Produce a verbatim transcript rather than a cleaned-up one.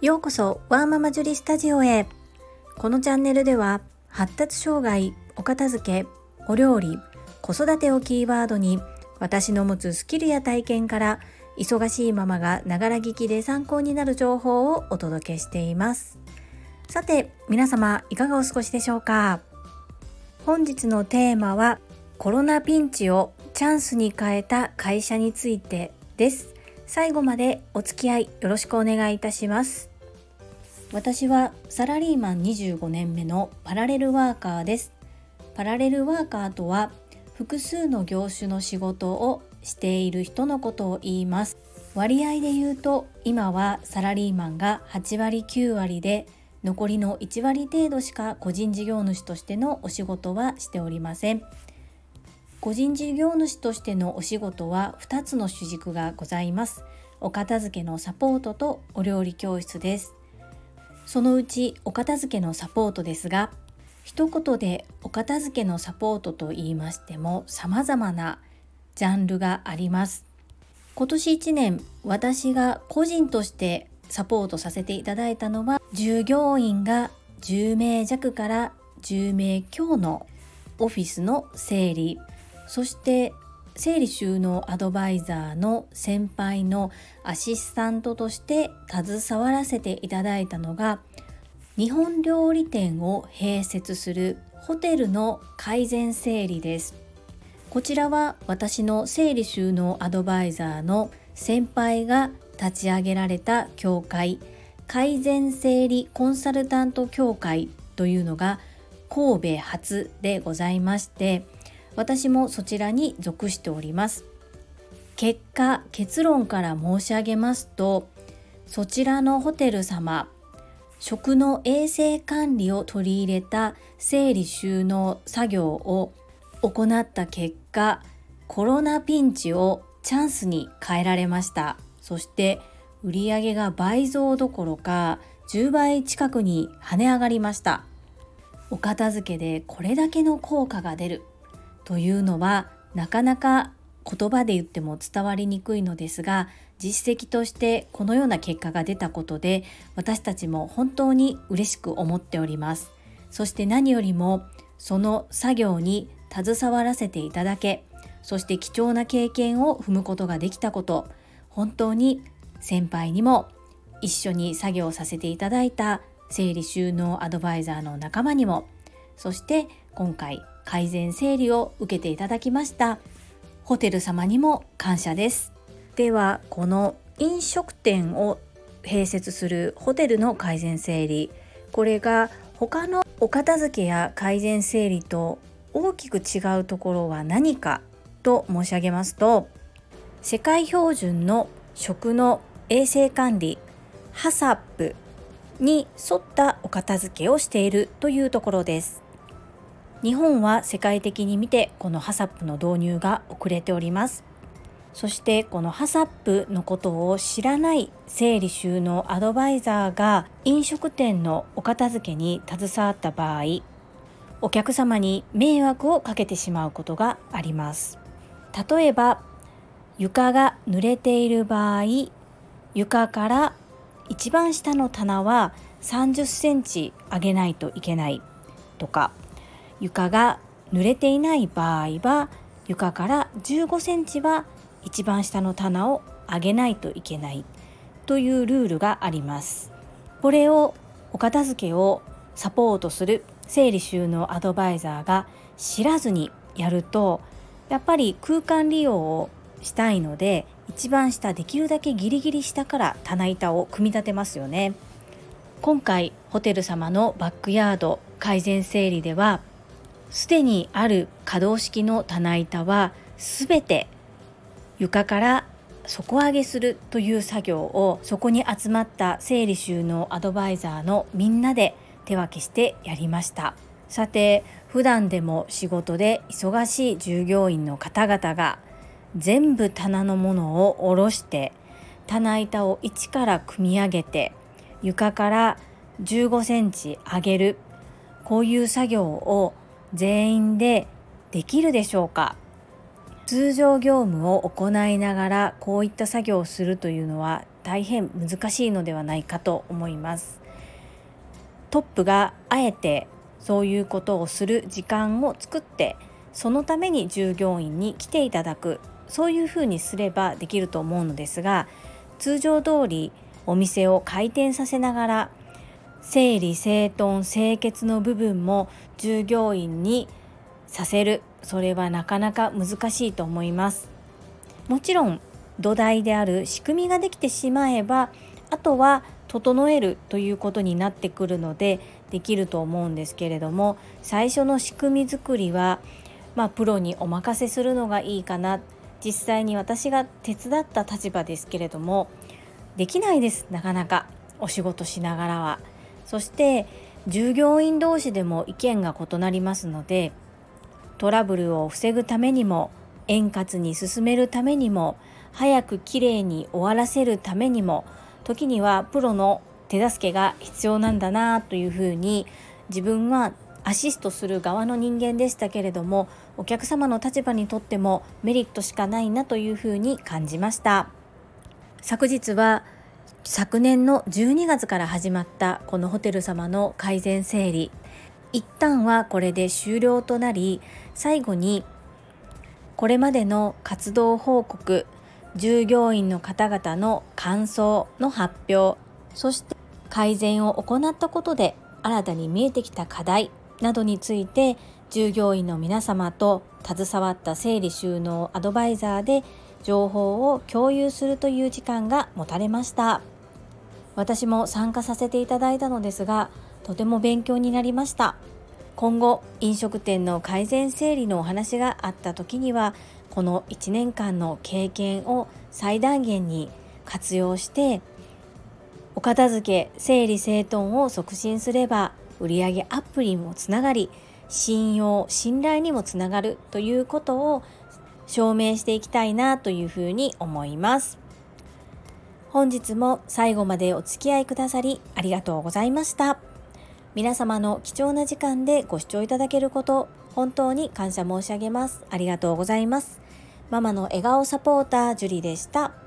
ようこそワーママジュリスタジオへ。このチャンネルでは発達障害、お片付け、お料理、子育てをキーワードに私の持つスキルや体験から忙しいママがながら聞きで参考になる情報をお届けしています。さて皆様いかがお過ごしでしょうか。本日のテーマはコロナピンチをチャンスに変えた会社についてです。最後までお付き合いよろしくお願いいたします。私はサラリーマンにじゅうごねんめのパラレルワーカーです。パラレルワーカーとは複数の業種の仕事をしている人のことを言います。割合で言うと今はサラリーマンがはちわりきゅうわりで、残りのいちわり程度しか個人事業主としてのお仕事はしておりません。個人事業主としてのお仕事はふたつの主軸がございます。お片付けのサポートとお料理教室です。そのうちお片付けのサポートですが、一言でお片付けのサポートと言いましても様々なジャンルがあります。今年いちねん私が個人としてサポートさせていただいたのは、従業員がじゅうめいじゃくからじゅうめいきょうのオフィスの整理、そして整理収納アドバイザーの先輩のアシスタントとして携わらせていただいたのが、日本料理店を併設するホテルの改善整理です。こちらは私の整理収納アドバイザーの先輩が立ち上げられた協会、改善整理コンサルタント協会というのが神戸発でございまして、私もそちらに属しております。結果、結論から申し上げますと、そちらのホテル様、食の衛生管理を取り入れた整理収納作業を行った結果、コロナピンチをチャンスに変えられました。そして売上が倍増どころかじゅうばい近くに跳ね上がりました。お片付けでこれだけの効果が出るというのはなかなか言葉で言っても伝わりにくいのですが、実績としてこのような結果が出たことで私たちも本当に嬉しく思っております。そして何よりもその作業に携わらせていただけ、そして貴重な経験を踏むことができたこと、本当に先輩にも一緒に作業させていただいた整理収納アドバイザーの仲間にも、そして今回改善整理を受けていただきましたホテル様にも感謝です。ではこの飲食店を併設するホテルの改善整理、これが他のお片付けや改善整理と大きく違うところは何かと申し上げますと、世界標準の食の衛生管理 ハサップ に沿ったお片付けをしているというところです。日本は世界的に見てこの ハサップ の導入が遅れております。そしてこの ハサップ のことを知らない整理収納アドバイザーが飲食店のお片付けに携わった場合、お客様に迷惑をかけてしまうことがあります。例えば床が濡れている場合、床から一番下の棚はさんじゅっセンチ上げないといけないとか、床が濡れていない場合は床からじゅうごセンチは一番下の棚を上げないといけないというルールがあります。これをお片付けをサポートする整理収納アドバイザーが知らずにやると、やっぱり空間利用をしたいので一番下、できるだけギリギリ下から棚板を組み立てますよね。今回ホテル様のバックヤード改善整理では、すでにある可動式の棚板はすべて床から底上げするという作業を、そこに集まった整理収納アドバイザーのみんなで手分けしてやりました。さて、普段でも仕事で忙しい従業員の方々が全部棚のものを下ろして棚板を一から組み上げて床からじゅうごセンチ上げる、こういう作業を全員でできるでしょうか。通常業務を行いながらこういった作業をするというのは大変難しいのではないかと思います。トップがあえてそういうことをする時間を作って、そのために従業員に来ていただく、そういうふうにすればできると思うのですが、通常通りお店を開店させながら整理整頓清潔の部分も従業員にさせる、それはなかなか難しいと思います。もちろん土台である仕組みができてしまえば、あとは整えるということになってくるのでできると思うんですけれども、最初の仕組み作りはまあプロにお任せするのがいいかな。実際に私が手伝った立場ですけれども、できないです、なかなかお仕事しながらは。そして従業員同士でも意見が異なりますので、トラブルを防ぐためにも、円滑に進めるためにも、早くきれいに終わらせるためにも、時にはプロの手助けが必要なんだなというふうに、自分はアシストする側の人間でしたけれども、お客様の立場にとってもメリットしかないなというふうに感じました。昨日は昨年のじゅうにがつから始まったこのホテル様の改善整理、一旦はこれで終了となり、最後にこれまでの活動報告、従業員の方々の感想の発表、そして改善を行ったことで新たに見えてきた課題などについて、従業員の皆様と携わった整理収納アドバイザーで情報を共有するという時間が持たれました。私も参加させていただいたのですが、とても勉強になりました。今後飲食店の改善整理のお話があった時には、このいちねんかんの経験を最大限に活用して、お片付け整理整頓を促進すれば売上アップにもつながり、信用信頼にもつながるということを証明していきたいなというふうに思います。本日も最後までお付き合いくださりありがとうございました。皆様の貴重な時間でご視聴いただけること、本当に感謝申し上げます。ありがとうございます。ママの笑顔サポータージュリでした。